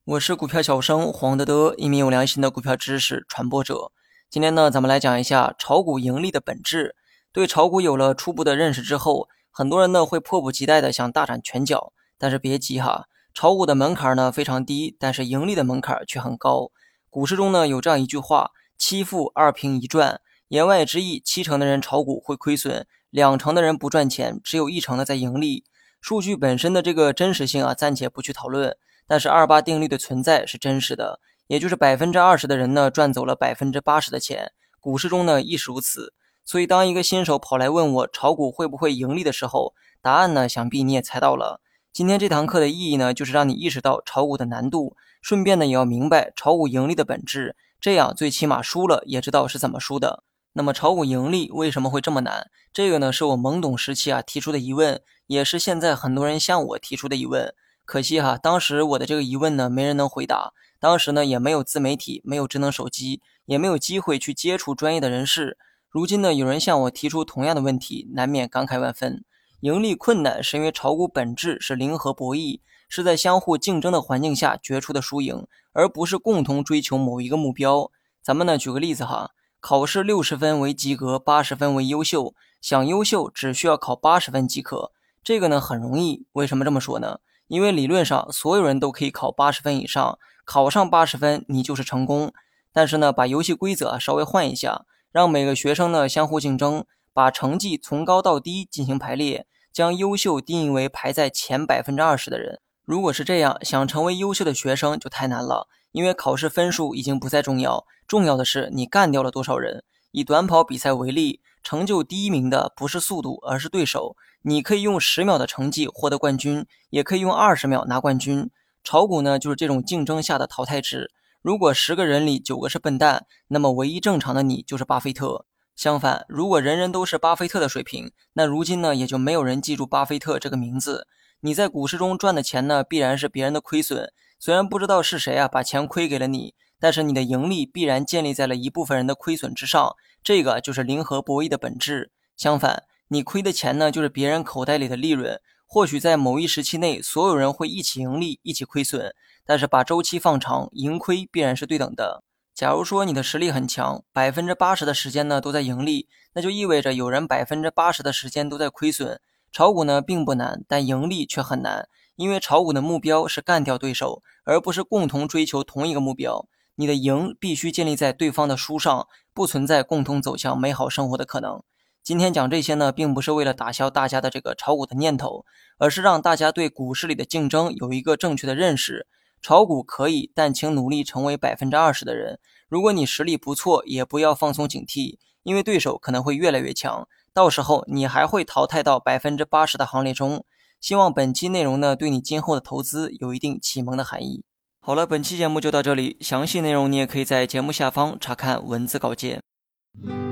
我是股票小生黄德德，一名有良心的股票知识传播者。今天呢，咱们来讲一下炒股盈利的本质。对炒股有了初步的认识之后，很多人呢会迫不及待的想大展拳脚。但是别急哈，炒股的门槛呢非常低，但是盈利的门槛却很高。股市中呢有这样一句话：七富二平一赚。言外之意，70%的人炒股会亏损，20%的人不赚钱，只有1%的在盈利。数据本身的这个真实性暂且不去讨论。但是28定律的存在是真实的，也就是20%的人呢赚走了80%的钱，股市中呢亦是如此。所以当一个新手跑来问我炒股会不会盈利的时候，答案呢想必你也猜到了。今天这堂课的意义呢，就是让你意识到炒股的难度，顺便呢也要明白炒股盈利的本质，这样最起码输了也知道是怎么输的。那么炒股盈利为什么会这么难？这个呢是我懵懂时期提出的疑问，也是现在很多人向我提出的疑问。可惜当时我的这个疑问呢，没人能回答。当时呢，也没有自媒体，没有智能手机，也没有机会去接触专业的人士。如今呢，有人向我提出同样的问题，难免感慨万分。盈利困难是因为炒股本质是零和博弈，是在相互竞争的环境下决出的输赢，而不是共同追求某一个目标。咱们呢，举个例子考试60分为及格，80分为优秀。想优秀只需要考80分即可，这个呢很容易。为什么这么说呢？因为理论上所有人都可以考80分以上，考上80分你就是成功。但是呢，把游戏规则稍微换一下，让每个学生呢相互竞争，把成绩从高到低进行排列，将优秀定义为排在前20%的人。如果是这样，想成为优秀的学生就太难了，因为考试分数已经不再重要，重要的是你干掉了多少人。以短跑比赛为例，成就第1名的不是速度，而是对手。你可以用10秒的成绩获得冠军，也可以用20秒拿冠军。炒股呢，就是这种竞争下的淘汰制。如果10个人里9个是笨蛋，那么唯一正常的你就是巴菲特。相反，如果人人都是巴菲特的水平，那如今呢，也就没有人记住巴菲特这个名字。你在股市中赚的钱呢，必然是别人的亏损。虽然不知道是谁把钱亏给了你，但是你的盈利必然建立在了一部分人的亏损之上。这个就是零和博弈的本质。相反，你亏的钱呢，就是别人口袋里的利润。或许在某一时期内，所有人会一起盈利，一起亏损，但是把周期放长，盈亏必然是对等的。假如说你的实力很强，80%的时间呢都在盈利，那就意味着有人80%的时间都在亏损。炒股呢并不难，但盈利却很难，因为炒股的目标是干掉对手，而不是共同追求同一个目标。你的赢必须建立在对方的输上，不存在共同走向美好生活的可能。今天讲这些呢，并不是为了打消大家的这个炒股的念头，而是让大家对股市里的竞争有一个正确的认识。炒股可以，但请努力成为20%的人。如果你实力不错，也不要放松警惕，因为对手可能会越来越强，到时候你还会淘汰到80%的行列中。希望本期内容呢，对你今后的投资有一定启蒙的含义。好了，本期节目就到这里，详细内容你也可以在节目下方查看文字稿件。